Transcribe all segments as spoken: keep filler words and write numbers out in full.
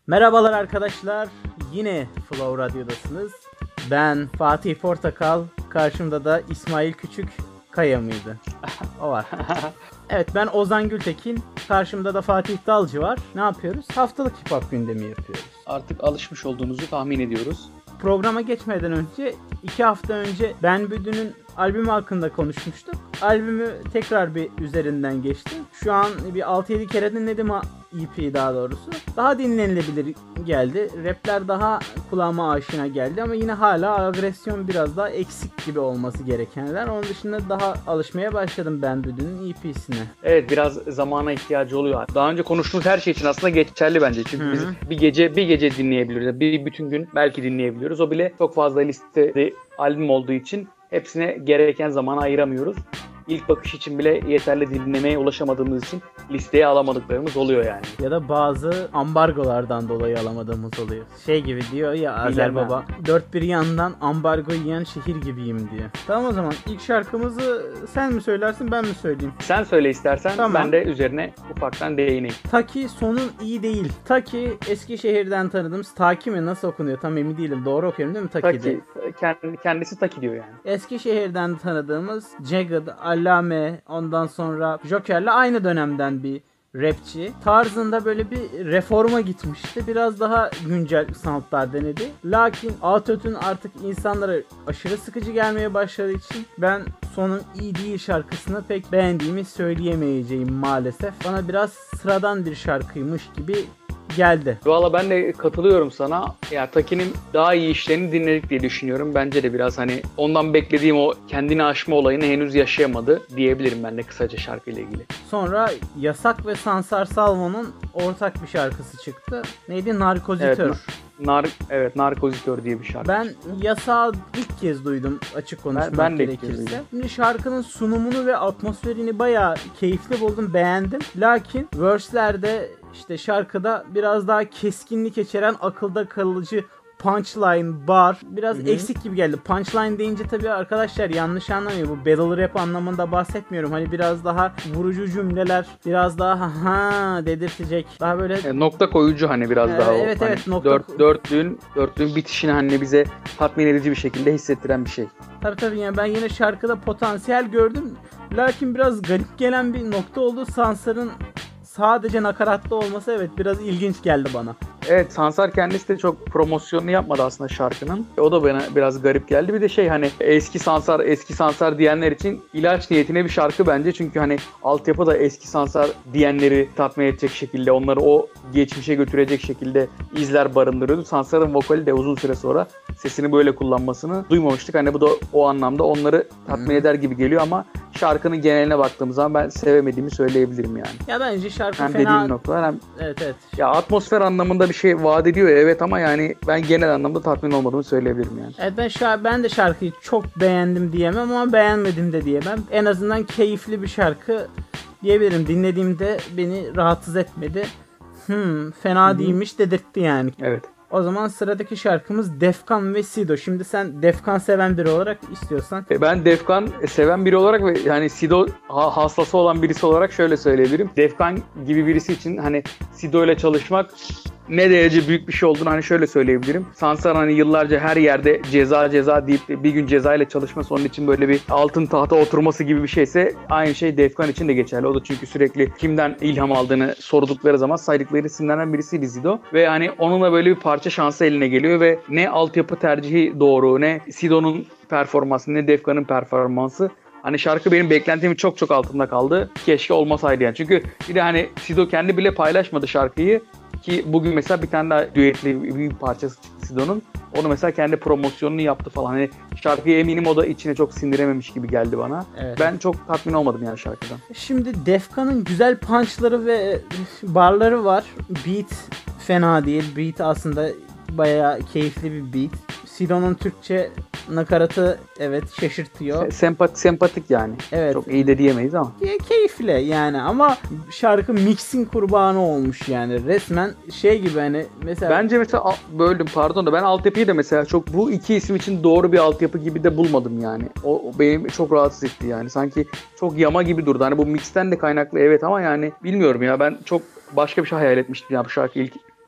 Merhabalar arkadaşlar, yine Flow Radyo'dasınız. Ben Fatih Portakal, karşımda da İsmail Küçük Kaya mıydı? O var. Evet, ben Ozan Gültekin, karşımda da Fatih Dalcı var. Ne yapıyoruz? Haftalık hip hop gündemi yapıyoruz. Artık alışmış olduğunuzu tahmin ediyoruz. Programa geçmeden önce, iki hafta önce Ben Büdü'nün albümü hakkında konuşmuştuk. Albümü tekrar bir üzerinden geçtim. Şu an bir altı yedi kere dinledim E P'yi daha doğrusu. Daha dinlenilebilir geldi. Rapler daha kulağıma aşina geldi ama yine hala agresyon biraz daha eksik gibi olması gerekenler. Onun dışında daha alışmaya başladım Ben Büdü'nün E P'sine. Evet, biraz zamana ihtiyacı oluyor. Daha önce konuştuğumuz her şey için aslında geçerli bence. Çünkü Hı-hı. biz bir gece bir gece dinleyebiliyoruz. Bir bütün gün belki dinleyebiliyoruz. O bile çok fazla listede albüm olduğu için hepsine gereken zamanı ayıramıyoruz. İlk bakış için bile yeterli dinlemeye ulaşamadığımız için listeye alamadıklarımız oluyor yani. Ya da bazı ambargolardan dolayı alamadığımız oluyor. Şey gibi diyor ya Azer Baba, dört bir yandan ambargo yiyen şehir gibiyim diyor. Tamam, o zaman ilk şarkımızı sen mi söylersin, ben mi söyleyeyim? Sen söyle istersen, tamam. Ben de üzerine ufaktan değineyim. Taki sonun iyi değil. Taki Eskişehir'den tanıdığımız Taki mi, nasıl okunuyor tam emin değilim. Doğru okuyorum değil mi Taki'de? Taki. Kendisi Taki diyor yani. Eskişehir'den tanıdığımız Jagged, Allame, ondan sonra Joker'le aynı dönemden bir rapçi. Tarzında böyle bir reforma gitmişti. Biraz daha güncel soundlar denedi. Lakin Autotune artık insanlara aşırı sıkıcı gelmeye başladığı için ben sonun iyi değil şarkısını pek beğendiğimi söyleyemeyeceğim maalesef. Bana biraz sıradan bir şarkıymış gibi geldi. Valla ben de katılıyorum sana. Ya Taki'nin daha iyi işlerini dinledik diye düşünüyorum. Bence de biraz hani ondan beklediğim o kendini aşma olayını henüz yaşayamadı diyebilirim ben de kısaca şarkıyla ilgili. Sonra Yasak ve Sansar Salvo'nun ortak bir şarkısı çıktı. Neydi? Narkozitör. Evet, nar evet Narkozitör diye bir şarkı. Ben Yasağı ilk kez duydum, açık konuşmak ben, ben gerekirse. Şimdi şarkının sunumunu ve atmosferini bayağı keyifli buldum, beğendim. Lakin verse'lerde işte şarkıda biraz daha keskinlik içeren, akılda kalıcı punchline, bar biraz Hı-hı. eksik gibi geldi. Punchline deyince tabii arkadaşlar yanlış anlamıyor. Bu battle rap anlamında bahsetmiyorum. Hani biraz daha vurucu cümleler, biraz daha ha dedirtecek. Daha böyle e, nokta koyucu hani biraz ee, daha o. Evet hani evet nokta dört, dörtlüğün dörtlüğün bitişini hani bize tatmin edici bir şekilde hissettiren bir şey. Tabii tabii yani ben yine şarkıda potansiyel gördüm. Lakin biraz garip gelen bir nokta oldu. Sansar'ın sadece nakaratlı olması evet biraz ilginç geldi bana. Evet, Sansar kendisi de çok promosyonunu yapmadı aslında şarkının. O da bana biraz garip geldi. Bir de şey hani eski Sansar eski Sansar diyenler için ilaç niyetine bir şarkı bence. Çünkü hani altyapı da eski Sansar diyenleri tatmin edecek şekilde, onları o geçmişe götürecek şekilde izler barındırıyordu. Sansar'ın vokali de uzun süre sonra sesini böyle kullanmasını duymamıştık. Hani bu da o anlamda onları tatmin hmm. eder gibi geliyor ama şarkının geneline baktığımız zaman ben sevemediğimi söyleyebilirim yani. Ya bence şarkı hem fena... Hem dediğim noktalar hem... Evet evet. Ya atmosfer anlamında bir şey vaat ediyor ya, evet ama yani ben genel anlamda tatmin olmadığımı söyleyebilirim yani. Evet ben, şarkı, ben de şarkıyı çok beğendim diyemem ama beğenmedim de diyemem. En azından keyifli bir şarkı diyebilirim. Dinlediğimde beni rahatsız etmedi. Hmm, fena Hı-hı. değilmiş dedirtti yani. Evet. O zaman sıradaki şarkımız Defkan ve Sido. Şimdi sen Defkan seven biri olarak istiyorsan. Ben Defkan seven biri olarak ve yani Sido hastası olan birisi olarak şöyle söyleyebilirim. Defkan gibi birisi için hani Sido ile çalışmak ne derece büyük bir şey olduğunu hani şöyle söyleyebilirim. Sansar hani yıllarca her yerde ceza ceza deyip bir gün ceza ile çalışması onun için böyle bir altın tahta oturması gibi bir şeyse aynı şey Defkan için de geçerli. O da çünkü sürekli kimden ilham aldığını sordukları zaman saydıkları isimlerden birisiydi Sido. Ve hani onunla böyle bir parça şansı eline geliyor ve ne altyapı tercihi doğru, ne Sido'nun performansı, ne Defkan'ın performansı. Hani şarkı benim beklentimin çok çok altında kaldı. Keşke olmasaydı yani. Çünkü bir de hani Sido kendi bile paylaşmadı şarkıyı. Ki bugün mesela bir tane daha düetli bir parçası çıktı Sido'nun. Onu mesela kendi promosyonunu yaptı falan. Hani şarkıyı eminim o da içine çok sindirememiş gibi geldi bana. Evet. Ben çok tatmin olmadım yani şarkıdan. Şimdi Defkan'ın güzel punchları ve barları var. Beat fena değil. Beat aslında bayağı keyifli bir beat. Sido'nun Türkçe nakaratı evet şaşırtıyor. Sempat, sempatik yani. Evet. Çok iyi de diyemeyiz ama. Keyifli yani ama şarkı mixin kurbanı olmuş yani. Resmen şey gibi hani mesela. Bence mesela böldüm pardon da ben altyapıyı da mesela çok bu iki isim için doğru bir altyapı gibi de bulmadım yani. O, o benim çok rahatsız etti yani. Sanki çok yama gibi durdu. Hani bu mixten de kaynaklı evet ama yani bilmiyorum ya ben çok başka bir şey hayal etmiştim ya bu şarkı ilk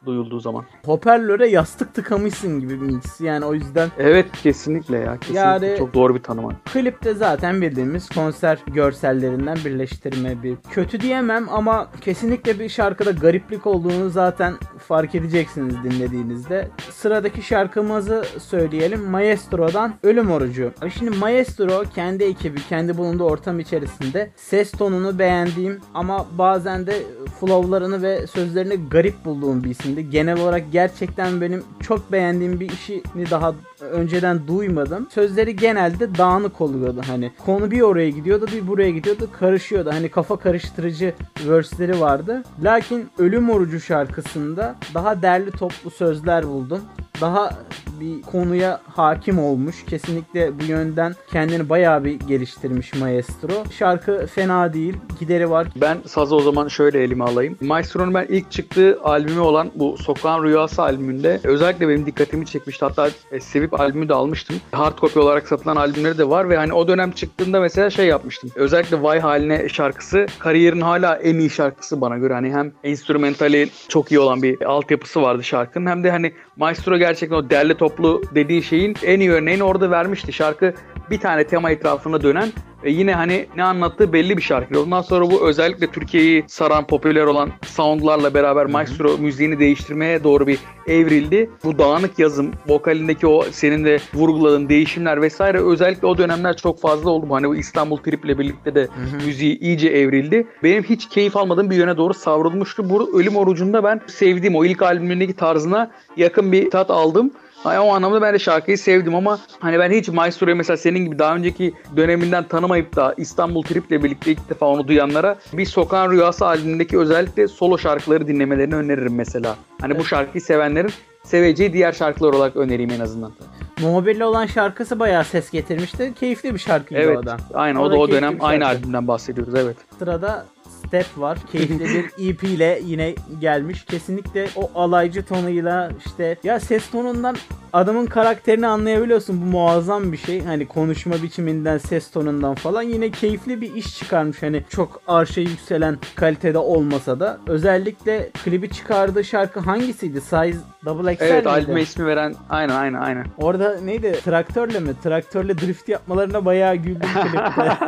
duyulduğu zaman. Hoparlöre yastık tıkamışsın gibi bir mix. Yani o yüzden. Evet kesinlikle ya. Kesinlikle yani, çok doğru bir tanım. Klipte zaten bildiğimiz konser görsellerinden birleştirme bir. Kötü diyemem ama kesinlikle bir şarkıda gariplik olduğunu zaten fark edeceksiniz dinlediğinizde. Sıradaki şarkımızı söyleyelim. Maestro'dan Ölüm Orucu. Şimdi Maestro kendi ekibi, kendi bulunduğu ortam içerisinde ses tonunu beğendiğim ama bazen de flowlarını ve sözlerini garip bulduğum bir isimdi. Genel olarak gerçekten benim çok beğendiğim bir işini daha önceden duymadım. Sözleri genelde dağınık oluyordu. Hani konu bir oraya gidiyordu, bir buraya gidiyordu, karışıyordu. Hani kafa karıştırıcı verse'leri vardı. Lakin Ölüm Orucu şarkısında daha derli toplu sözler buldum. Daha bir konuya hakim olmuş. Kesinlikle bu yönden kendini bayağı bir geliştirmiş Maestro. Şarkı fena değil. Gideri var. Ben sazı o zaman şöyle elime alayım. Maestro'nun ben ilk çıktığı albümü olan bu Sokağın Rüyası albümünde özellikle benim dikkatimi çekmişti. Hatta e, sevip albümü de almıştım. Hard copy olarak satılan albümleri de var ve hani o dönem çıktığında mesela şey yapmıştım. Özellikle Vay Haline şarkısı kariyerin hala en iyi şarkısı bana göre. Hani hem enstrümantali çok iyi olan bir altyapısı vardı şarkının hem de hani Maestro gerçekten o derli toplu dediği şeyin en iyi örneğini orada vermişti. Şarkı bir tane tema etrafına dönen ve yine hani ne anlattığı belli bir şarkı. Ondan sonra bu özellikle Türkiye'yi saran popüler olan soundlarla beraber Maestro müziğini değiştirmeye doğru bir evrildi. Bu dağınık yazım, vokalindeki o senin de vurguladığın değişimler vesaire özellikle o dönemler çok fazla oldu. Hani bu İstanbul Trip'le birlikte de hı hı. müziği iyice evrildi. Benim hiç keyif almadığım bir yöne doğru savrulmuştu. Bu Ölüm Orucu'nda ben sevdiğim o ilk albümündeki tarzına yakın bir tat aldım. Yani o anlamda ben de şarkıyı sevdim ama hani ben hiç Maestro'yu mesela senin gibi daha önceki döneminden tanımayıp da İstanbul Trip'le birlikte ilk defa onu duyanlara bir Sokağın Rüyası albümündeki özellikle solo şarkıları dinlemelerini öneririm mesela. Hani evet. Bu şarkıyı sevenlerin seveceği diğer şarkılar olarak önereyim en azından. Mobile olan şarkısı bayağı ses getirmişti. Keyifli bir şarkıydı evet, o da. Aynen o, o da o dönem aynı albümden bahsediyoruz evet. Sırada Step var. Keyifli bir E P ile yine gelmiş. Kesinlikle o alaycı tonuyla işte ya ses tonundan adamın karakterini anlayabiliyorsun. Bu muazzam bir şey. Hani konuşma biçiminden, ses tonundan falan yine keyifli bir iş çıkarmış. Hani çok arşa yükselen kalitede olmasa da. Özellikle klibi çıkardığı şarkı hangisiydi? Size Double X L Evet, miydi? albüme ismi veren aynen aynen aynen. Orada neydi? Traktörle mi? Traktörle drift yapmalarına bayağı güldüm klipte.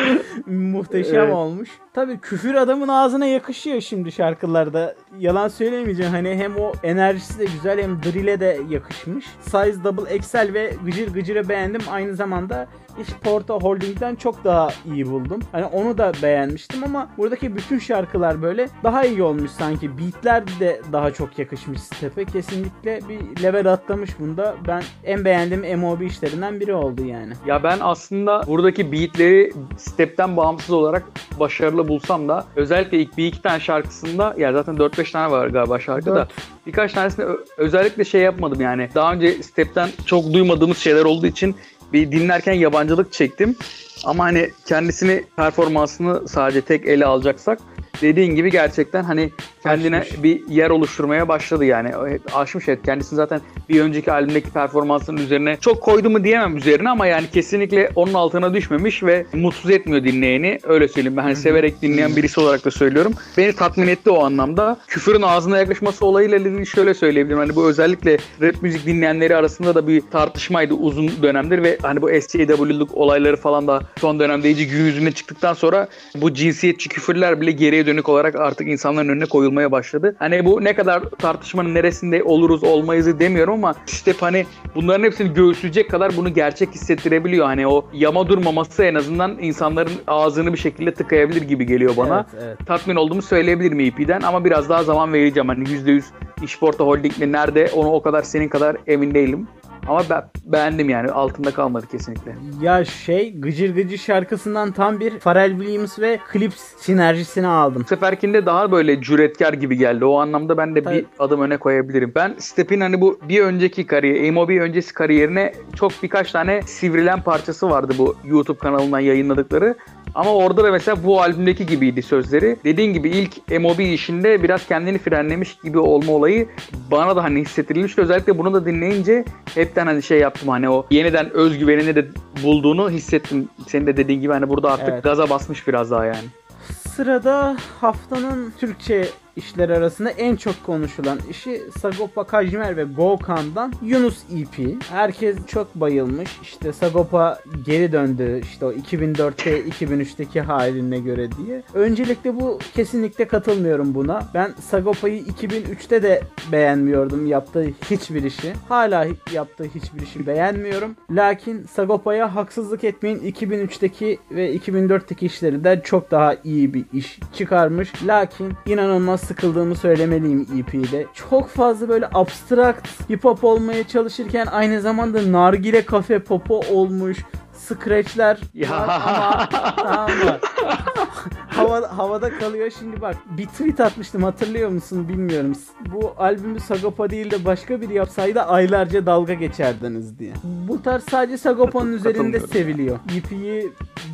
Muhteşem evet. olmuş. Tabii küfür adamın ağzına yakışıyor şimdi şarkılarda. Yalan söylemeyeceğim. Hani hem o enerjisi de güzel hem drill'e de yakışmış. Size Double X L ve Gıcır Gıcır'ı beğendim. Aynı zamanda İş Porta Holding'den çok daha iyi buldum. Hani onu da beğenmiştim ama buradaki bütün şarkılar böyle daha iyi olmuş sanki. Beatler de daha çok yakışmış Step'e. Kesinlikle bir level atlamış bunda. Ben en beğendiğim M O B işlerinden biri oldu yani. Ya ben aslında buradaki beatleri Step'ten bağımsız olarak başarılı bulsam da özellikle ilk bir iki tane şarkısında ya zaten dört beş tane var galiba şarkıda. dört Birkaç tanesinde özellikle şey yapmadım yani. Daha önce Step'ten çok duymadığımız şeyler olduğu için bir dinlerken yabancılık çektim. Ama hani kendisini, performansını sadece tek ele alacaksak dediğin gibi gerçekten hani kendine aşmış. Bir yer oluşturmaya başladı yani. Aşmış evet. Kendisini zaten bir önceki albümdeki performansının üzerine çok koydu mu diyemem üzerine ama yani kesinlikle onun altına düşmemiş ve mutsuz etmiyor dinleyeni. Öyle söyleyeyim. Ben hani severek dinleyen birisi olarak da söylüyorum. Beni tatmin etti o anlamda. Küfürün ağzına yaklaşması olayıyla ilgili şöyle söyleyebilirim. Hani bu özellikle rap müzik dinleyenleri arasında da bir tartışmaydı uzun dönemdir ve hani bu S J W'luk olayları falan da son dönemde iyice gün yüzüne çıktıktan sonra bu cinsiyetçi küfürler bile geriye dönük olarak artık insanların önüne koyulmaya başladı. Hani bu ne kadar tartışmanın neresinde oluruz olmayızı demiyorum ama işte hani bunların hepsini göğüsleyecek kadar bunu gerçek hissettirebiliyor. Hani o yama durmaması en azından insanların ağzını bir şekilde tıkayabilir gibi geliyor bana. Evet, evet. Tatmin olduğumu söyleyebilirim E P'den ama biraz daha zaman vereceğim. Hani yüzde yüz İşporta Holding'le nerede onu o kadar senin kadar emin değilim. Ama ben beğendim yani. Altında kalmadı kesinlikle. Ya şey Gıcır Gıcır şarkısından tam bir Pharrell Williams ve Clips sinerjisini aldım. Bu seferkinde daha böyle cüretkar gibi geldi. O anlamda ben de Tabii. bir adım öne koyabilirim. Ben Step'in hani bu bir önceki kariyer, M O B öncesi kariyerine çok birkaç tane sivrilen parçası vardı bu YouTube kanalından yayınladıkları. Ama orada da mesela bu albümdeki gibiydi sözleri. Dediğin gibi ilk M O B işinde biraz kendini frenlemiş gibi olma olayı bana da hani hissettirilmişti. Özellikle bunu da dinleyince hepten hani şey yaptım hani o yeniden özgüvenini de bulduğunu hissettim. Senin de dediğin gibi hani burada artık evet. gaza basmış biraz daha yani. Sırada haftanın Türkçe işler arasında en çok konuşulan işi Sagopa Kajmer ve Gokhan'dan Yunus E P. Herkes çok bayılmış. İşte Sagopa geri döndü işte o iki bin dörtte iki bin üçteki haline göre diye. Öncelikle bu kesinlikle katılmıyorum buna. Ben Sagopa'yı iki bin üçte de beğenmiyordum yaptığı hiçbir işi. Hala yaptığı hiçbir işi beğenmiyorum. Lakin Sagopa'ya haksızlık etmeyin, iki bin üçteki ve iki bin dörtteki işleri de çok daha iyi bir iş çıkarmış. Lakin inanılmaz sıkıldığımı söylemeliyim E P'de. Çok fazla böyle abstrakt hip hop olmaya çalışırken aynı zamanda nargile kafe popo olmuş. Scratch'ler var ama tamam mı? Hava, havada kalıyor. Şimdi bak, bir tweet atmıştım, hatırlıyor musun bilmiyorum. Bu albümü Sagopa değil de başka biri yapsaydı aylarca dalga geçerdiniz diye. Bu tarz sadece Sagopa'nın üzerinde seviliyor. E P'yi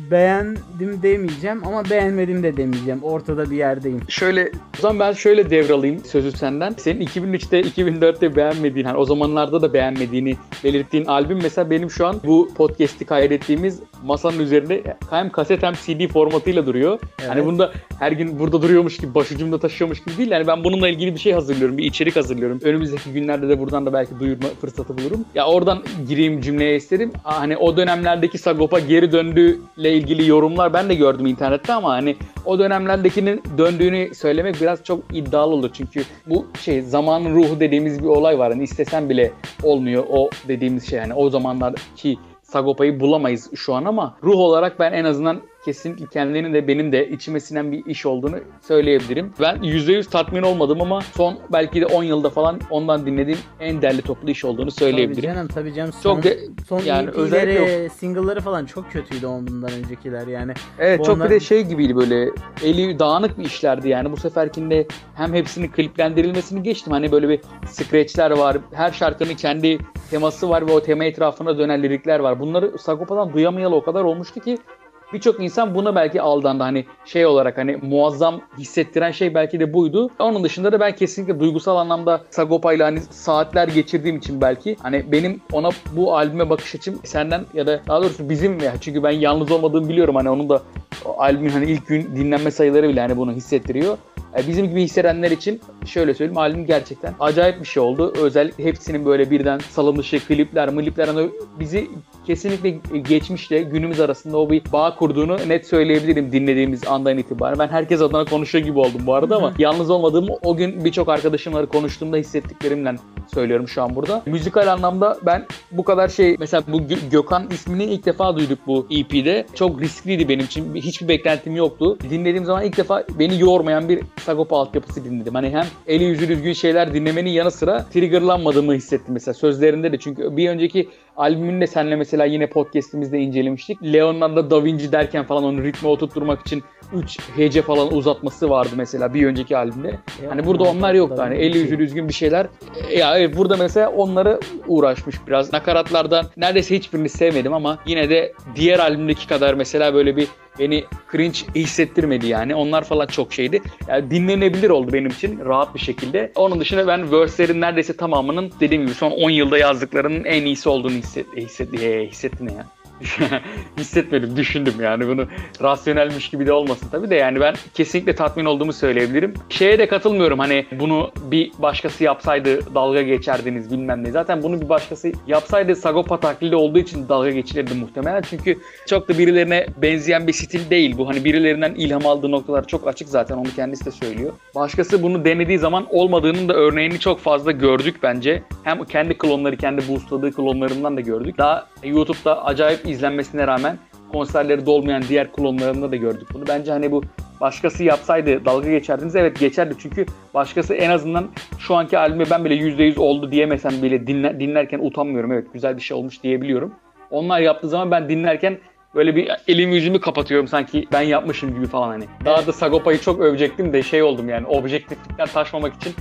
beğendim demeyeceğim ama beğenmedim de demeyeceğim. Ortada bir yerdeyim. Şöyle, o zaman ben şöyle devralayım sözü senden. Senin iki bin üçte iki bin dörtte beğenmediğin, hani o zamanlarda da beğenmediğini belirttiğin albüm mesela benim şu an bu podcast'i kaydettiğimiz masanın üzerinde hem kaset hem C D formatıyla duruyor. Evet. Hani bunda her gün burada duruyormuş gibi, başucumda taşıyormuş gibi değil. Yani ben bununla ilgili bir şey hazırlıyorum, bir içerik hazırlıyorum. Önümüzdeki günlerde de buradan da belki duyurma fırsatı bulurum. Ya oradan gireyim cümleye isterim. Hani o dönemlerdeki Sagopa geri döndüğüyle ilgili yorumlar ben de gördüm internette ama hani o dönemlerdekinin döndüğünü söylemek biraz çok iddialı olur. Çünkü bu şey, zamanın ruhu dediğimiz bir olay var. Hani istesen bile olmuyor o dediğimiz şey. Hani o zamanlarki Sagopa'yı bulamayız şu an ama ruh olarak ben en azından kesinlikle kendilerinin de benim de içime sinen bir iş olduğunu söyleyebilirim. Ben yüzde yüz tatmin olmadım ama son belki de on yılda falan ondan dinlediğim en değerli toplu iş olduğunu söyleyebilirim. Tabii canım, tabii canım. Son, çok de, son yani E P'leri, single'ları falan çok kötüydü ondan öncekiler yani. Evet, bu çok onlar... bir de şey gibiydi, böyle eli dağınık bir işlerdi yani. Bu seferkinde hem hepsinin kliplendirilmesini geçtim. Hani böyle bir scratchler var. Her şarkının kendi teması var ve o tema etrafına dönen lirikler var. Bunları Sagopa'dan duyamayalı o kadar olmuştu ki birçok insan buna belki aldandı. Hani şey olarak, hani muazzam hissettiren şey belki de buydu. Onun dışında da ben kesinlikle duygusal anlamda Sagopa'yla hani saatler geçirdiğim için belki hani benim ona bu albüme bakış açım senden ya da daha doğrusu bizim ya, çünkü ben yalnız olmadığımı biliyorum. Hani onun da albümün hani ilk gün dinlenme sayıları bile hani bunu hissettiriyor. Bizim gibi hissedenler için şöyle söyleyeyim, albüm gerçekten acayip bir şey oldu. Özellikle hepsinin böyle birden salınışı, klipler, mlipler, hani bizi kesinlikle geçmişle günümüz arasında o bir bağ kurduğunu net söyleyebilirim dinlediğimiz andan itibaren. Ben herkes adına konuşuyor gibi oldum bu arada ama Hı-hı. yalnız olmadığımı o gün birçok arkadaşımla konuştuğumda hissettiklerimden söylüyorum şu an burada. Müzikal anlamda ben bu kadar şey, mesela bu Gö- Gökhan ismini ilk defa duyduk bu E P'de. Çok riskliydi benim için. Hiçbir beklentim yoktu. Dinlediğim zaman ilk defa beni yormayan bir Sagopa altyapısı dinledim. Hani hem eli yüzü düzgün şeyler dinlemenin yanı sıra triggerlanmadığımı hissettim mesela sözlerinde de. Çünkü bir önceki albümünü de seninle mesela yine podcast'imizde incelemiştik. Leon'dan Da Vinci derken falan onu ritme oturtturmak için üç hece falan uzatması vardı mesela bir önceki albümde. Ya, hani burada onlar yoktu. Hani eli yüzü düzgün bir şeyler. Ya evet, burada mesela onları uğraşmış biraz. Nakaratlardan neredeyse hiçbirini sevmedim ama yine de diğer albümdeki kadar mesela böyle bir beni cringe hissettirmedi yani. Onlar falan çok şeydi. Yani dinlenebilir oldu benim için rahat bir şekilde. Onun dışında ben verse'lerin neredeyse tamamının dediğim gibi son on yılda yazdıklarının en iyisi olduğunu hisset, hisset, hissettim ya. Hissetmedim, düşündüm yani, bunu rasyonelmiş gibi de olmasın tabii de yani ben kesinlikle tatmin olduğumu söyleyebilirim. Şeye de katılmıyorum, hani bunu bir başkası yapsaydı dalga geçerdiniz bilmem ne. Zaten bunu bir başkası yapsaydı Sagopa taklidi olduğu için dalga geçilirdi muhtemelen. Çünkü çok da birilerine benzeyen bir stil değil bu. Hani birilerinden ilham aldığı noktalar çok açık, zaten onu kendisi de söylüyor. Başkası bunu denediği zaman olmadığının da örneğini çok fazla gördük bence. Hem kendi klonları, kendi boostladığı klonlarından da gördük. Daha YouTube'da acayip izlenmesine rağmen konserleri dolmayan diğer klonlarında da gördük bunu. Bence hani bu başkası yapsaydı dalga geçerdiniz. Evet, geçerdi çünkü başkası en azından şu anki albüme ben bile yüzde yüz oldu diyemesem bile dinler, dinlerken utanmıyorum. Evet, güzel bir şey olmuş diyebiliyorum. Onlar yaptığı zaman ben dinlerken böyle bir elimi yüzümü kapatıyorum sanki ben yapmışım gibi falan hani. Daha da Sagopa'yı çok övecektim de şey oldum yani, objektiflikten taşmamak için.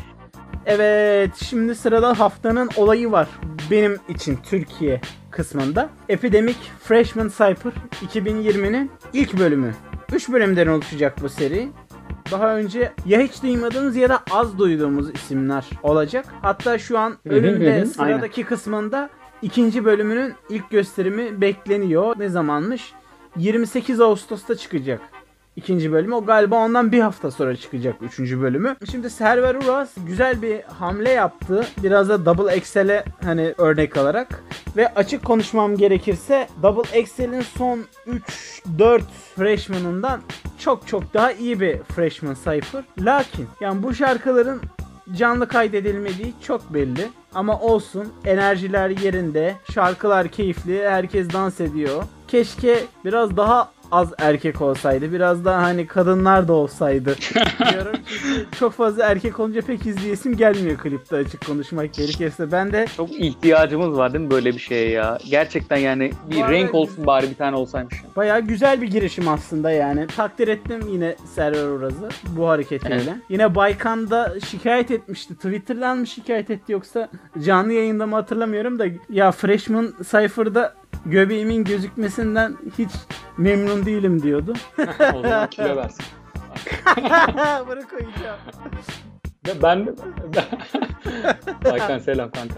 Evet, şimdi sırada haftanın olayı var benim için Türkiye kısmında. Epidemic Freshman Cypher iki bin yirminin ilk bölümü. üç bölümden oluşacak bu seri. Daha önce ya hiç duymadığımız ya da az duyduğumuz isimler olacak. Hatta şu an önümde sıradaki Aynen. kısmında ikinci bölümünün ilk gösterimi bekleniyor. Ne zamanmış? yirmi sekiz Ağustos'ta çıkacak ikinci bölümü. O galiba ondan bir hafta sonra çıkacak üçüncü bölümü. Şimdi Server Uras güzel bir hamle yaptı. Biraz da Double Excel'e hani örnek alarak. Ve açık konuşmam gerekirse Double Excel'in son üç dört freshman'ından çok çok daha iyi bir freshman Cypher. Lakin yani bu şarkıların canlı kaydedilmediği çok belli. Ama olsun, enerjiler yerinde, şarkılar keyifli, herkes dans ediyor. Keşke biraz daha az erkek olsaydı, biraz daha hani kadınlar da olsaydı diyorum. Çünkü çok fazla erkek olunca pek izleyesim gelmiyor klipte, açık konuşmak gerekirse. Ben de çok ihtiyacımız var değil mi böyle bir şeye ya? Gerçekten yani bir bu renk olsun bari, bir tane olsaymış. Bayağı güzel bir girişim aslında yani. Takdir ettim yine Server Uraz'ı bu hareketiyle. Evet. Yine Baykan da şikayet etmişti. Twitter'dan mı şikayet etti yoksa canlı yayında mı hatırlamıyorum da, ya Freshman Cypher'da göbeğimin gözükmesinden hiç memnun değilim diyordu. O zaman kilo versin. Bunu koyacağım. Ben, ben... Baykan selam kanka.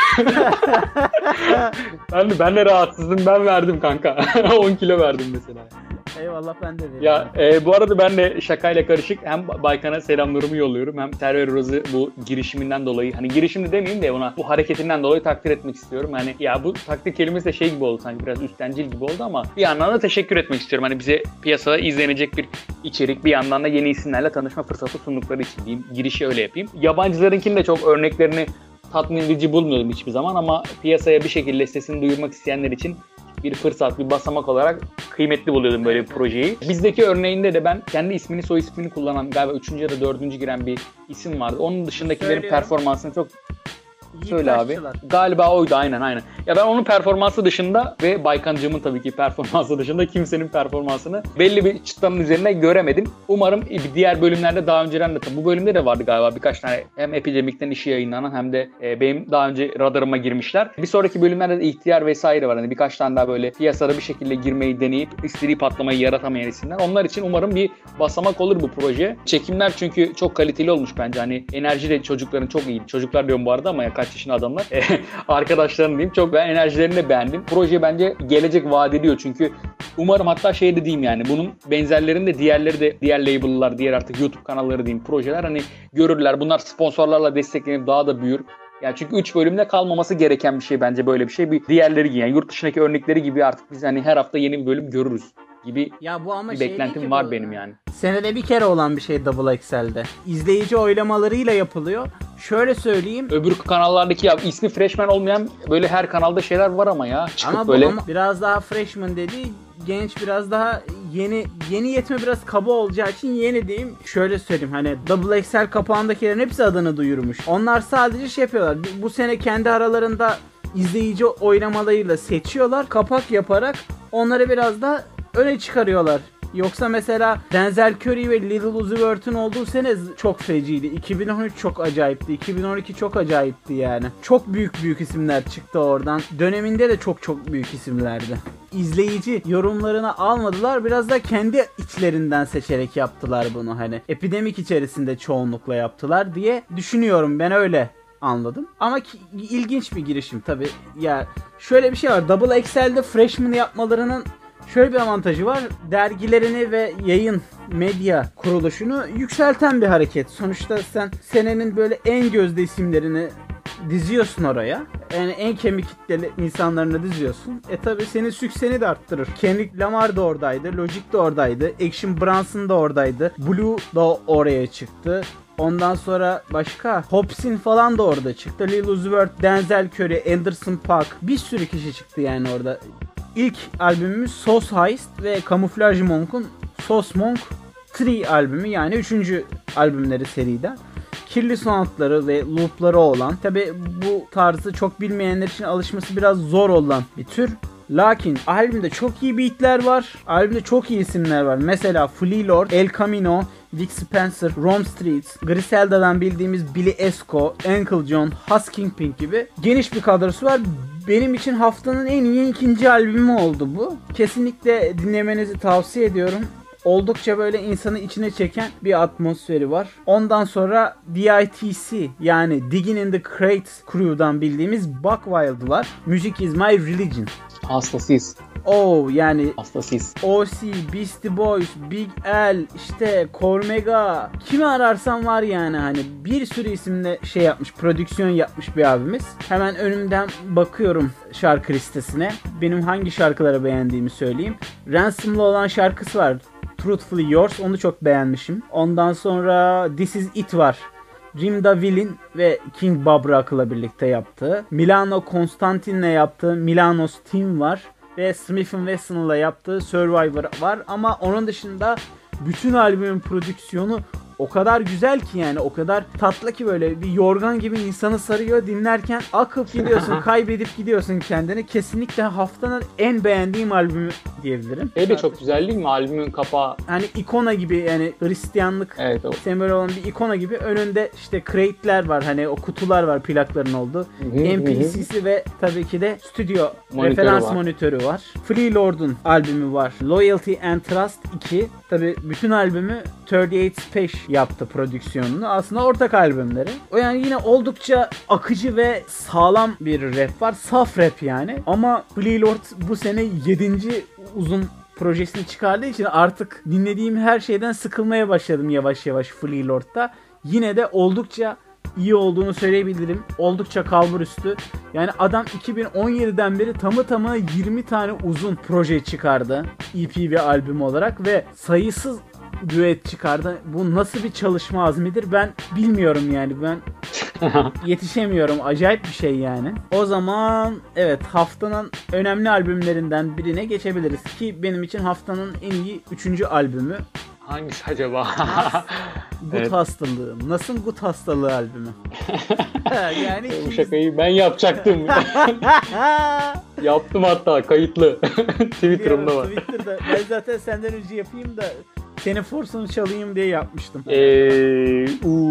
ben, de, ben de rahatsızdım, ben verdim kanka. on kilo verdim mesela. Eyvallah, ben de veriyorum. Ya e, bu arada ben de şakayla karışık hem Baykan'a selamlarımı yolluyorum, hem Server Uraz'ı bu girişiminden dolayı, hani girişimde demeyeyim de ona, bu hareketinden dolayı takdir etmek istiyorum. Hani ya bu takdir kelimesi de şey gibi oldu sanki, biraz üstencil gibi oldu ama bir yandan da teşekkür etmek istiyorum. Hani bize piyasada izlenecek bir içerik, bir yandan da yeni isimlerle tanışma fırsatı sundukları için diyeyim. Girişi öyle yapayım. Yabancılarınkini de çok örneklerini tatmin edici bulmuyordum hiçbir zaman ama piyasaya bir şekilde sesini duyurmak isteyenler için bir fırsat, bir basamak olarak kıymetli buluyordum böyle bir projeyi. Bizdeki örneğinde de ben kendi ismini, soy ismini kullanan, galiba üçüncü ya da dördüncü giren bir isim vardı. Onun dışındakilerin performansını çok... Söyle abi. Galiba oydu, aynen aynen. Ya ben onun performansı dışında ve Baykancığımın tabii ki performansı dışında kimsenin performansını belli bir çıtanın üzerine göremedim. Umarım diğer bölümlerde daha önceden de, bu bölümde de vardı galiba birkaç tane hem Epidemic'ten işi yayınlanan hem de e, benim daha önce radarıma girmişler. Bir sonraki bölümlerde de ihtiyar vesaire var. Hani birkaç tane daha böyle piyasada bir şekilde girmeyi deneyip istediği patlamayı yaratamayan isimler. Onlar için umarım bir basamak olur bu proje. Çekimler çünkü çok kaliteli olmuş bence. Hani enerji de çocukların çok iyi. Çocuklar diyorum bu arada ama ya kaç yaşında adamlar. Arkadaşlarım diyeyim. Çok ben enerjilerini de beğendim. Proje bence gelecek vaat ediyor çünkü umarım, hatta şey de diyeyim yani, bunun benzerlerini de diğerleri de, diğer label'lar, diğer artık YouTube kanalları diyeyim, projeler hani görürler. Bunlar sponsorlarla desteklenip daha da büyür. Yani çünkü üç bölümde kalmaması gereken bir şey bence böyle bir şey. Bir diğerleri gibi yani yurt dışındaki örnekleri gibi artık biz hani her hafta yeni bir bölüm görürüz gibi ya bu ama bir şey beklentim var benim yani. Senede bir kere olan bir şey Double Excel'de. İzleyici oylamalarıyla yapılıyor. Şöyle söyleyeyim. Öbür kanallardaki ya ismi Freshman olmayan böyle her kanalda şeyler var ama ya. Çıkıp ama böyle... ama biraz daha Freshman dediği genç, biraz daha yeni yeni yetme, biraz kaba olacağı için yeni diyeyim. Şöyle söyleyeyim, hani Double Excel kapağındakilerin hepsi adını duyurmuş. Onlar sadece şey yapıyorlar. Bu sene kendi aralarında izleyici oynamalarıyla seçiyorlar. Kapak yaparak onları biraz da öne çıkarıyorlar. Yoksa mesela Denzel Curry ve Lil Uzi Vert'in olduğu sene çok feciydi. iki bin on üç çok acayipti. iki bin on iki çok acayipti yani. Çok büyük büyük isimler çıktı oradan. Döneminde de çok çok büyük isimlerdi. İzleyici yorumlarını almadılar. Biraz da kendi içlerinden seçerek yaptılar bunu hani. Epidemik içerisinde çoğunlukla yaptılar diye düşünüyorum. Ben öyle anladım. Ama ki, ilginç bir girişim tabii. Ya şöyle bir şey var. Double Excel'de Freshman yapmalarının şöyle bir avantajı var. Dergilerini ve yayın medya kuruluşunu yükselten bir hareket. Sonuçta sen senenin böyle en gözde isimlerini diziyorsun oraya. Yani en kemik kitleli insanlarını diziyorsun. E tabi senin sükseni de arttırır. Kendrick Lamar da oradaydı. Logic de oradaydı. Action Bronson da oradaydı. Blue da oraya çıktı. Ondan sonra başka Hopsin falan da orada çıktı. Lil Uzi Vert, Denzel Curry, Anderson .Paak, bir sürü kişi çıktı yani orada. İlk albümümüz Sauce Heist ve Camouflage Monk'un Sauce Monk üç albümü, yani üçüncü albümleri seriden. Kirli soundları ve loopları olan, tabi bu tarzı çok bilmeyenler için alışması biraz zor olan bir tür. Lakin albümde çok iyi beatler var. Albümde çok iyi isimler var. Mesela Flea Lord, El Camino, Vic Spencer, Rome Streets, Griselda'dan bildiğimiz Billy Esco, Uncle John, Hus Kingpin gibi geniş bir kadrosu var. Benim için haftanın en iyi ikinci albümü oldu bu. Kesinlikle dinlemenizi tavsiye ediyorum. Oldukça böyle insanı içine çeken bir atmosferi var. Ondan sonra D I T C, yani Digging in the Crates Crew'dan bildiğimiz Buck Wild'lar. Music is my religion. Hastasıyız. Oh yani Hastasıyız. O C, Beastie Boys, Big L, işte Cormega, kimi ararsan var yani, hani bir sürü isimle şey yapmış, prodüksiyon yapmış bir abimiz. Hemen önümden bakıyorum şarkı listesine. Benim hangi şarkıları beğendiğimi söyleyeyim. Ransom'la olan şarkısı var, Truthfully Yours, onu çok beğenmişim. Ondan sonra This Is It var, Jimda Will'in ve King Bob Rock'la birlikte yaptığı. Milano Constantine'le yaptığı Milano's Team var. Ve Smith and Wesson'la yaptığı Survivor var. Ama onun dışında bütün albümün prodüksiyonu o kadar güzel ki, yani o kadar tatlı ki, böyle bir yorgan gibi insanı sarıyor, dinlerken akıp gidiyorsun, kaybedip gidiyorsun kendini. Kesinlikle haftanın en beğendiğim albümü diyebilirim. E de çok güzel değil mi albümün kapağı? Hani ikona gibi, yani Hristiyanlık evet, sembolü olan bir ikona gibi. Önünde işte crate'ler var, hani o kutular var plakların olduğu. M P C'si ve tabii ki de stüdyo monitörü referans var. monitörü var. Flea Lord'un albümü var, Loyalty and Trust iki. Tabii bütün albümü otuz sekiz Space yaptı prodüksiyonunu. Aslında ortak albümleri. O yani yine oldukça akıcı ve sağlam bir rap var. Saf rap yani. Ama Flea Lord bu sene yedinci uzun projesini çıkardığı için artık dinlediğim her şeyden sıkılmaya başladım yavaş yavaş Flea Lord'da. Yine de oldukça iyi olduğunu söyleyebilirim. Oldukça kalburüstü. Yani adam iki bin on yediden beri tamı tamına yirmi tane uzun proje çıkardı. E P ve albüm olarak ve sayısız düet çıkardı. Bu nasıl bir çalışma azmidir ben bilmiyorum yani. Ben yetişemiyorum. Acayip bir şey yani. O zaman evet, haftanın önemli albümlerinden birine geçebiliriz ki benim için haftanın en iyi üçüncü albümü. Hangisi acaba? Gut evet. Hastalığı. Nasıl Gut Hastalığı albümü? Yani bu şakayı ben yapacaktım. Yaptım hatta, kayıtlı. Twitter'ımda var. Twitter'da. Ben zaten senden önce yapayım da senin forsunu çalayım diye yapmıştım. Eee,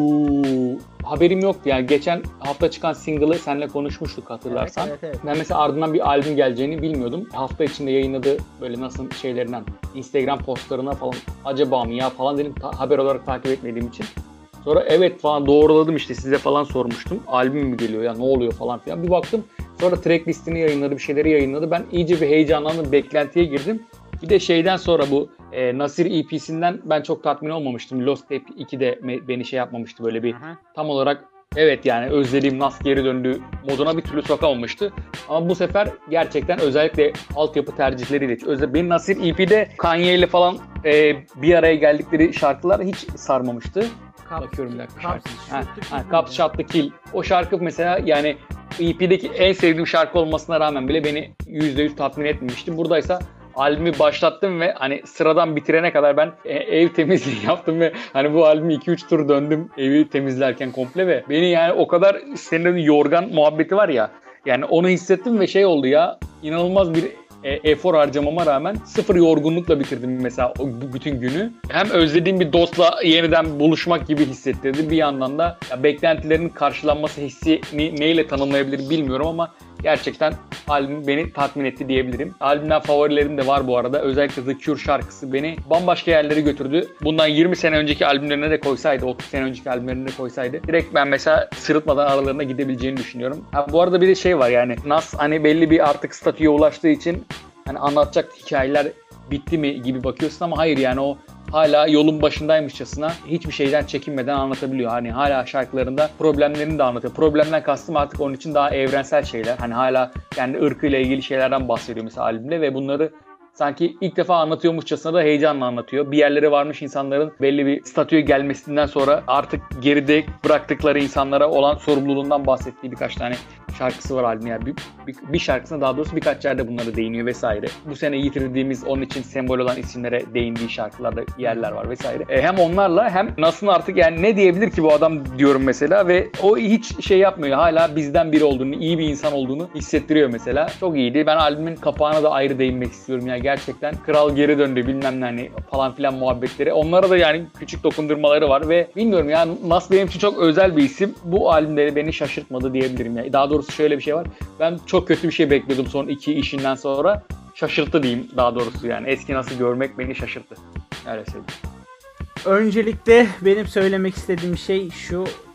uuu, haberim yoktu yani. Geçen hafta çıkan single'ı seninle konuşmuştuk hatırlarsan. Evet, evet, evet. Ben mesela ardından bir albüm geleceğini bilmiyordum. Hafta içinde yayınladığı böyle nasıl şeylerinden, Instagram postlarına falan acaba mı ya falan dedim, ta- haber olarak takip etmediğim için. Sonra evet falan doğruladım, işte size falan sormuştum. Albüm mü geliyor ya, ne oluyor falan filan. Bir baktım, sonra track listini yayınladı, bir şeyleri yayınladı. Ben iyice bir heyecanlandım, beklentiye girdim. Bir de şeyden sonra bu e, Nasir E P'sinden ben çok tatmin olmamıştım. Lost Tape ikide me- beni şey yapmamıştı, böyle bir Hı-hı. tam olarak evet yani özlediğim Nas geri döndü moduna bir türlü sokamamıştı. Ama bu sefer gerçekten özellikle altyapı tercihleriyle. Özel, benim Nasir E P'de Kanye ile falan e, bir araya geldikleri şarkılar hiç sarmamıştı. Cups, Bakıyorum bir dakika şarkı. Cups Shot the Kill. O şarkı mesela yani E P'deki en sevdiğim şarkı olmasına rağmen bile beni yüzde yüz tatmin etmemişti. Buradaysa albümü başlattım ve hani sıradan bitirene kadar ben ev temizliği yaptım ve hani bu albümü iki üç tur döndüm evi temizlerken komple ve beni yani o kadar, senin bir yorgan muhabbeti var ya, yani onu hissettim ve şey oldu ya, inanılmaz bir e, efor harcamama rağmen sıfır yorgunlukla bitirdim mesela o, bu bütün günü. Hem özlediğim bir dostla yeniden buluşmak gibi hissettirdi, bir yandan da ya, beklentilerin karşılanması hissini neyle tanımlayabilirim bilmiyorum ama gerçekten albüm beni tatmin etti diyebilirim. Albümden favorilerim de var bu arada. Özellikle The Cure şarkısı beni bambaşka yerlere götürdü. Bundan yirmi sene önceki albümlerine de koysaydı, otuz sene önceki albümlerine de koysaydı direkt ben mesela sırıtmadan aralarına gidebileceğini düşünüyorum. Ha, bu arada bir de şey var yani, Nas hani belli bir artık statüye ulaştığı için hani anlatacak hikayeler bitti mi gibi bakıyorsun ama hayır yani, o hala yolun başındaymışçasına hiçbir şeyden çekinmeden anlatabiliyor. Hani hala şarkılarında problemlerini de anlatıyor. Problemden kastım artık onun için daha evrensel şeyler. Hani hala kendi ırkıyla ilgili şeylerden bahsediyor mesela albümde ve bunları sanki ilk defa anlatıyormuşçasına da heyecanla anlatıyor. Bir yerlere varmış insanların belli bir statüye gelmesinden sonra artık geride bıraktıkları insanlara olan sorumluluğundan bahsettiği birkaç tane şarkısı var albüm. Yani bir, bir, bir şarkısına daha doğrusu birkaç yerde bunları değiniyor vesaire. Bu sene yitirdiğimiz, onun için sembol olan isimlere değindiği şarkılarda yerler var vesaire. E, hem onlarla hem Nas'ın artık yani ne diyebilir ki bu adam diyorum mesela ve o hiç şey yapmıyor. Hala bizden biri olduğunu, iyi bir insan olduğunu hissettiriyor mesela. Çok iyiydi. Ben albümün kapağına da ayrı değinmek istiyorum. Yani gerçekten kral geri döndü bilmem ne hani falan filan muhabbetleri. Onlara da yani küçük dokundurmaları var ve bilmiyorum yani Nas benim için çok özel bir isim. Bu albümde beni şaşırtmadı diyebilirim. Yani daha doğrusu şöyle bir şey var. Ben çok kötü bir şey bekliyordum son iki işinden sonra. Şaşırttı diyeyim daha doğrusu yani. Eski Nas'ı görmek beni şaşırttı. Öyle söyleyeyim. Öncelikle benim söylemek istediğim şey şu.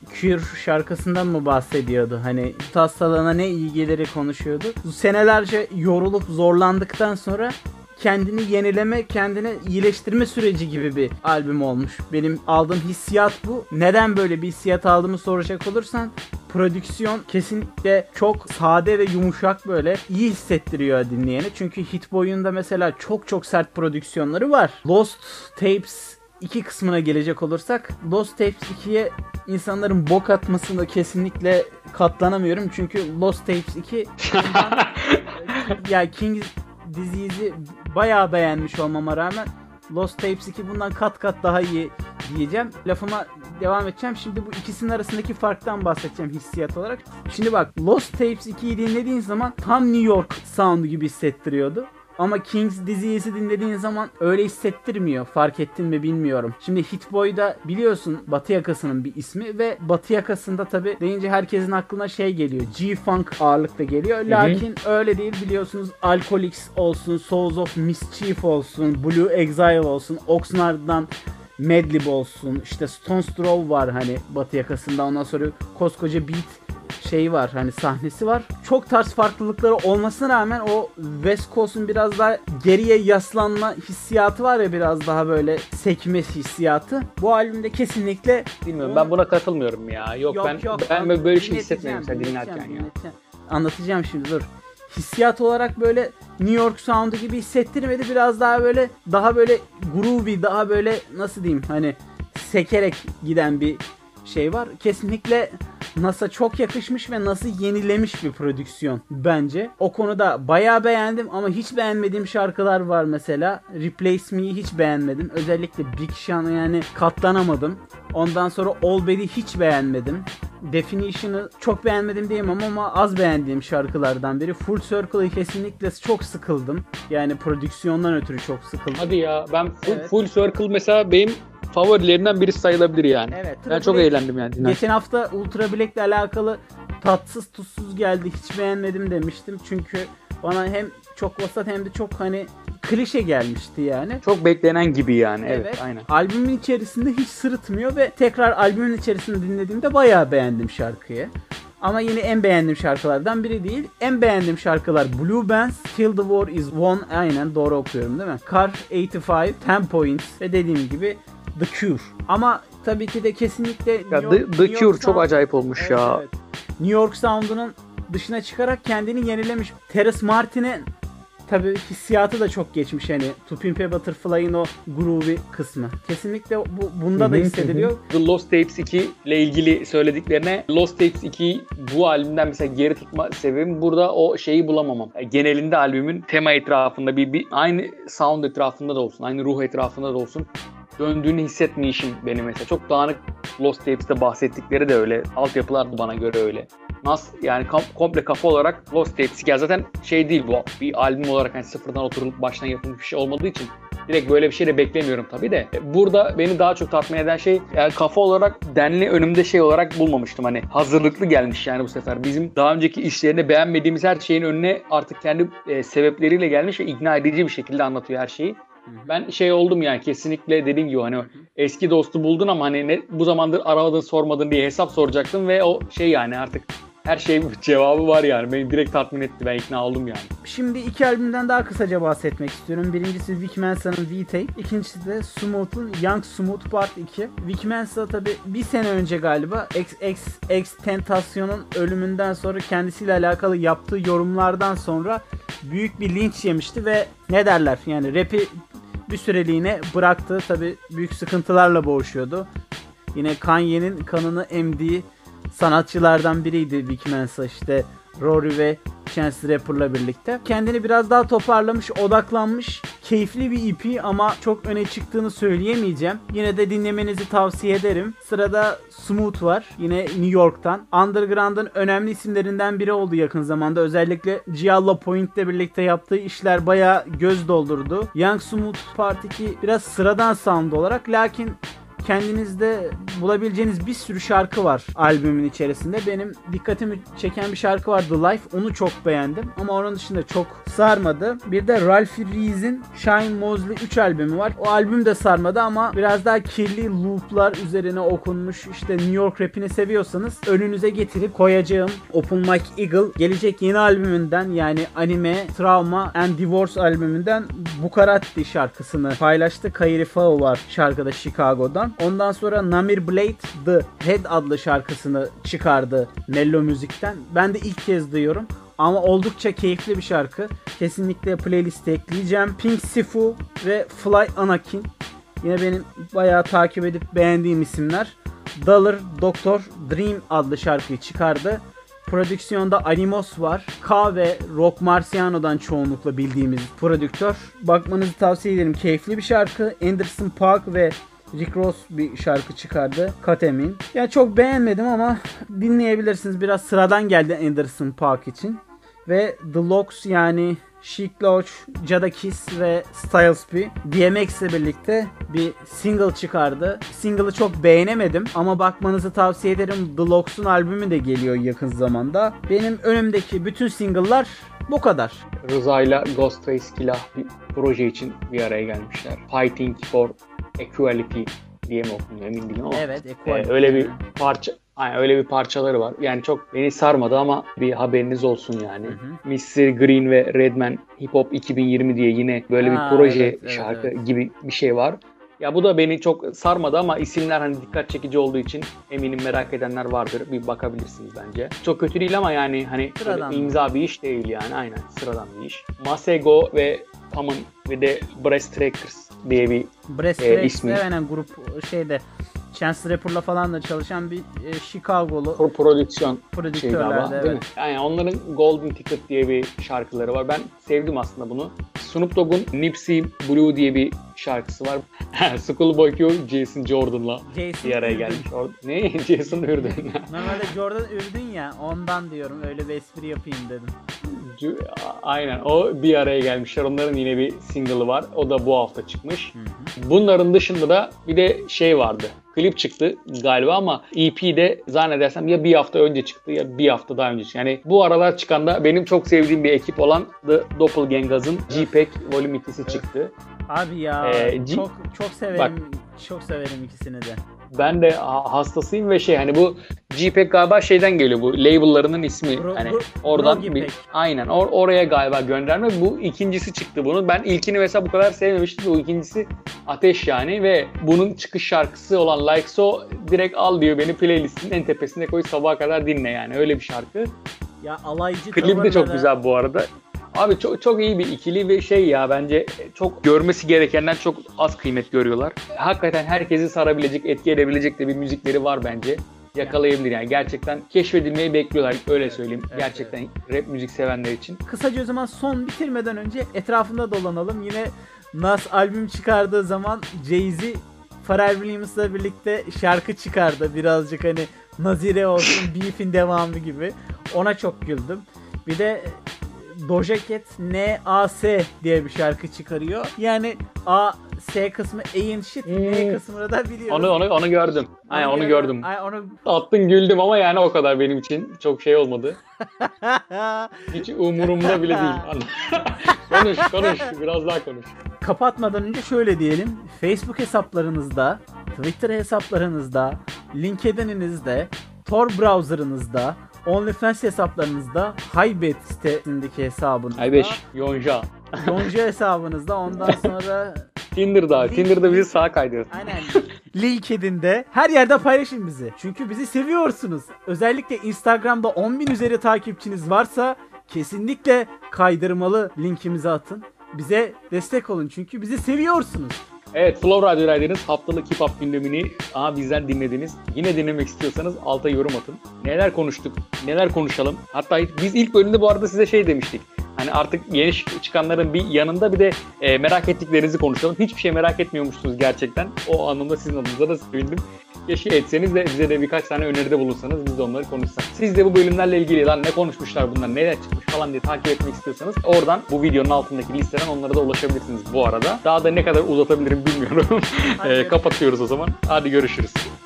Cure şarkısından mı bahsediyordu? Hani hastalığına ne iyi geliri konuşuyordu. Senelerce yorulup zorlandıktan sonra kendini yenileme, kendini iyileştirme süreci gibi bir albüm olmuş. Benim aldığım hissiyat bu. Neden böyle bir hissiyat aldığımı soracak olursan, prodüksiyon kesinlikle çok sade ve yumuşak, böyle iyi hissettiriyor dinleyeni. Çünkü Hit Boy'un da mesela çok çok sert prodüksiyonları var. Lost Tapes iki kısmına gelecek olursak, Lost Tapes ikiye insanların bok atmasına kesinlikle katlanamıyorum. Çünkü Lost Tapes iki ya King's Disease'i bayağı beğenmiş olmama rağmen Lost Tapes iki bundan kat kat daha iyi diyeceğim. Lafıma devam edeceğim. Şimdi bu ikisinin arasındaki farktan bahsedeceğim hissiyat olarak. Şimdi bak, Lost Tapes ikiyi dinlediğin zaman tam New York sound'u gibi hissettiriyordu. Ama King's Disease'i dinlediğin zaman öyle hissettirmiyor. Fark ettin mi bilmiyorum. Şimdi Hit Boy'da biliyorsun Batı yakasının bir ismi ve Batı yakasında tabi deyince herkesin aklına şey geliyor. G-Funk ağırlıkta geliyor. Lakin hı hı. öyle değil, biliyorsunuz. Alcoholics olsun, Souls of Mischief olsun, Blue Exile olsun, Oxnard'dan Madlib olsun, işte Stone's Throw var hani Batı yakasında. Ondan sonra koskoca Beat şey var, hani sahnesi var. Çok tarz farklılıkları olmasına rağmen o West Coast'un biraz daha geriye yaslanma hissiyatı var ya, biraz daha böyle sekme hissiyatı. Bu albümde kesinlikle bilmiyorum, ben buna katılmıyorum ya. Yok, yok ben yok, ben böyle, böyle şey hissetmiyorum sen dinlerken ya. Anlatacağım şimdi, dur. Hissiyat olarak böyle New York sound'u gibi hissettirmedi. Biraz daha böyle daha böyle groovy, daha böyle nasıl diyeyim, hani sekerek giden bir şey var. Kesinlikle Nas'a çok yakışmış ve Nas'ı yenilemiş bir prodüksiyon bence. O konuda bayağı beğendim ama hiç beğenmediğim şarkılar var mesela. Replace Me'yi hiç beğenmedim. Özellikle Big Sean'ı yani katlanamadım. Ondan sonra All Bad'i hiç beğenmedim. Definition'ı çok beğenmedim diyemem ama az beğendiğim şarkılardan biri. Full Circle'ı kesinlikle çok sıkıldım. Yani prodüksiyondan ötürü çok sıkıldım. Hadi ya, ben full, evet. full Circle mesela benim favorilerinden birisi sayılabilir yani. Evet, ben Black, çok eğlendim yani. Dinlerken. Geçen hafta Ultra Black'le alakalı tatsız tuzsuz geldi, hiç beğenmedim demiştim. Çünkü bana hem çok vasat hem de çok hani klişe gelmişti yani. Çok beklenen gibi yani. Evet, evet, aynen. Albümün içerisinde hiç sırıtmıyor ve tekrar albümün içerisinde dinlediğimde bayağı beğendim şarkıyı. Ama yine en beğendiğim şarkılardan biri değil. En beğendiğim şarkılar Blue Bands, Till the War is Won, aynen doğru okuyorum değil mi? Car seksen beş, Ten Points ve dediğim gibi The Cure. Ama tabii ki de kesinlikle ya New York, The, The Cure York çok Sound... acayip olmuş evet, ya. Evet. New York Sound'unun dışına çıkarak kendini yenilemiş. Terrace Martin'in tabii hissiyatı da çok geçmiş, hani To Pimp a Butterfly'ın o groovy kısmı. Kesinlikle bu bunda hı-hı, da hissediliyor. Hı-hı. The Lost Tapes iki ile ilgili söylediklerine, Lost Tapes ikiyi bu albümden mesela geri tutma sebebim burada o şeyi bulamamam. Yani genelinde albümün tema etrafında bir, bir aynı sound etrafında da olsun, aynı ruh etrafında da olsun döndüğünü hissetmeyişim benim mesela. Çok dağınık Lost Tapes'te bahsettikleri de öyle. Altyapılar da bana göre öyle. Nas yani kom- komple kafa olarak Lost Tapes ya zaten şey değil bu. Bir albüm olarak hani sıfırdan oturulup baştan yapılmış bir şey olmadığı için direkt böyle bir şey de beklemiyorum tabii de. Burada beni daha çok tatmin eden şey yani kafa olarak denli önümde şey olarak bulmamıştım. Hani hazırlıklı gelmiş yani bu sefer. Bizim daha önceki işlerini beğenmediğimiz her şeyin önüne artık kendi e, sebepleriyle gelmiş ve ikna edici bir şekilde anlatıyor her şeyi. Ben şey oldum yani, kesinlikle dediğim gibi hani eski dostu buldun ama hani ne, bu zamandır aramadın sormadın diye hesap soracaktım ve o şey yani artık her şeyin cevabı var yani. Beni direkt tatmin etti. Ben ikna oldum yani. Şimdi iki albümden daha kısaca bahsetmek istiyorum. Birincisi Vic Mensah'ın V-Tape. İkincisi de Smooth'un Young Smooth Part iki. Vic Mensah tabi bir sene önce galiba X X X Tentacion'un ölümünden sonra kendisiyle alakalı yaptığı yorumlardan sonra büyük bir linç yemişti ve ne derler yani rap'i bir süreliğine bıraktı. Tabi büyük sıkıntılarla boğuşuyordu. Yine Kanye'nin kanını emdiği sanatçılardan biriydi Vic Mensah, işte Rory ve Chance the Rapper'la birlikte. Kendini biraz daha toparlamış, odaklanmış, keyifli bir E P ama çok öne çıktığını söyleyemeyeceğim. Yine de dinlemenizi tavsiye ederim. Sırada Smooth var, yine New York'tan. Underground'ın önemli isimlerinden biri oldu yakın zamanda. Özellikle Giallo Point'le birlikte yaptığı işler bayağı göz doldurdu. Young Smooth Part iki biraz sıradan sound olarak, lakin kendinizde bulabileceğiniz bir sürü şarkı var albümün içerisinde. Benim dikkatimi çeken bir şarkı var, The Life. Onu çok beğendim ama onun dışında çok sarmadı. Bir de Ralphie Rees'in Shine Mosley üç albümü var. O albüm de sarmadı ama biraz daha kirli looplar üzerine okunmuş, işte New York rapini seviyorsanız önünüze getirip koyacağım Open Mike Eagle gelecek yeni albümünden, yani Anime, Trauma and Divorce albümünden Buccarati şarkısını paylaştı. Kairi Fao var şarkıda Chicago'dan. Ondan sonra Namir Blade The Head adlı şarkısını çıkardı Mello Müzik'ten. Ben de ilk kez duyuyorum ama oldukça keyifli bir şarkı. Kesinlikle playliste ekleyeceğim. Pink Sifu ve Fly Anakin yine benim bayağı takip edip beğendiğim isimler. Dollar Doctor Dream adlı şarkıyı çıkardı. Prodüksiyonda Animos var. K ve Rock Marciano'dan çoğunlukla bildiğimiz prodüktör. Bakmanızı tavsiye ederim. Keyifli bir şarkı. Anderson .Paak ve Rick Ross bir şarkı çıkardı. Katemin. Yani çok beğenmedim ama dinleyebilirsiniz. Biraz sıradan geldi Anderson .Paak için. Ve The Lox, yani Chic Loach, Jada Kiss ve Styles P D M X ile birlikte bir single çıkardı. Single'ı çok beğenemedim ama bakmanızı tavsiye ederim. The Lox'un albümü de geliyor yakın zamanda. Benim önümdeki bütün single'lar bu kadar. Rıza ile Ghostface Killah bir proje için bir araya gelmişler. Fighting for Equality diye mi okunuyor emin değilim ama. Evet, Equality. E, öyle bir parça Aynen öyle bir parçaları var. Yani çok beni sarmadı ama bir haberiniz olsun yani. mister Green ve Redman Hip Hop iki bin yirmi diye yine böyle ha, bir proje evet, evet, şarkı evet. gibi bir şey var. Ya bu da beni çok sarmadı ama isimler hani dikkat çekici olduğu için eminim merak edenler vardır. Bir bakabilirsiniz bence. Çok kötü değil ama yani hani imza bir iş değil yani. Aynen sıradan bir iş. Masego ve Common ve de Brass Trackers diye bir Brass e, Trackers ismi. Aynen grup şeyde Chance the Rapper'la falan da çalışan bir e, Chicago'lu Pro prodüksiyon prodüktörlerde şey değil mi? Yani onların Golden Ticket diye bir şarkıları var. Ben sevdim aslında bunu. Snoop Dogg'un Nipsey Blue diye bir şarkısı var. Schoolboy Q, Jason Jordan'la Jason bir araya gelmiş. Or- ne? Jason Ürden. Normalde Jordan Ürden ya, ondan diyorum, öyle bir espri yapayım dedim. Aynen, o bir araya gelmişler. Onların yine bir single'ı var. O da bu hafta çıkmış. Hı hı. Bunların dışında da bir de şey vardı. Klip çıktı galiba ama E P de zannedersem ya bir hafta önce çıktı ya bir hafta daha önce. Yani bu aralar çıkan da benim çok sevdiğim bir ekip olan The Doppelgangers'ın G-Pack Volume ikisi çıktı. Abi ya ee, G- çok çok severim. Bak, çok severim ikisini de. Ben de hastasıyım ve şey hani bu G-Pack galiba şeyden geliyor, bu label'larının ismi. Bro, hani bro, oradan bro bir aynen or- oraya galiba gönderme. Bu ikincisi çıktı bunun. Ben ilkini mesela bu kadar sevmemiştim. Bu ikincisi ateş yani ve bunun çıkış şarkısı olan Like So direkt al diyor, beni playlistin en tepesine koy, sabaha kadar dinle yani, öyle bir şarkı. Ya alaycı. Klip de çok güzel bu arada. Abi çok çok iyi bir ikili ve şey ya, bence çok görmesi gerekenden çok az kıymet görüyorlar. Hakikaten herkesi sarabilecek, etki edebilecek de bir müzikleri var bence. Yakalayabilir yani. Gerçekten keşfedilmeyi bekliyorlar, öyle söyleyeyim. Evet, gerçekten evet. Rap müzik sevenler için. Kısaca o zaman son bitirmeden önce etrafında dolanalım. Yine Nas albüm çıkardığı zaman Jay-Z Pharrell Williams'la birlikte şarkı çıkardı. Birazcık hani nazire olsun, Beef'in devamı gibi. Ona çok güldüm. Bir de Doja Cat N A S diye bir şarkı çıkarıyor. Yani A, S kısmı ain't shit, hmm. N kısmını da biliyoruz. Onu onu onu gördüm. Aynen onu, onu gördüm. Ay, onu... Attın güldüm ama yani o kadar benim için çok şey olmadı. Hiç umurumda bile değil. konuş konuş biraz daha konuş. Kapatmadan önce şöyle diyelim. Facebook hesaplarınızda, Twitter hesaplarınızda, LinkedIn'inizde, Tor browser'ınızda, OnlyFans hesaplarınızda, Haybet sitesindeki hesabınızda, Haybeş, Yonca. Yonca hesabınızda, ondan sonra Tinder'da, Link, Tinder'da bizi sağa kaydırın. Aynen. LinkedIn'de, her yerde paylaşın bizi. Çünkü bizi seviyorsunuz. Özellikle Instagram'da on bin üzeri takipçiniz varsa kesinlikle kaydırmalı linkimizi atın. Bize destek olun çünkü bizi seviyorsunuz. Evet, Flow Radyo'daydınız. Haftalık hip hop gündemini aha bizden dinlediniz. Yine dinlemek istiyorsanız alta yorum atın. Neler konuştuk, neler konuşalım. Hatta biz ilk bölümde bu arada size şey demiştik. Hani artık yeni çıkanların bir yanında bir de e, merak ettiklerinizi konuşalım. Hiçbir şey merak etmiyormuşsunuz gerçekten. O anlamda sizin adınıza da sevindim. Keşke etseniz de bize de birkaç tane öneride bulunsanız biz de onları konuşsak. Siz de bu bölümlerle ilgili lan ne konuşmuşlar bunlar, neler çıkmış falan diye takip etmek istiyorsanız oradan bu videonun altındaki listeden onlara da ulaşabilirsiniz bu arada. Daha da ne kadar uzatabilirim bilmiyorum. e, kapatıyoruz o zaman. Hadi görüşürüz.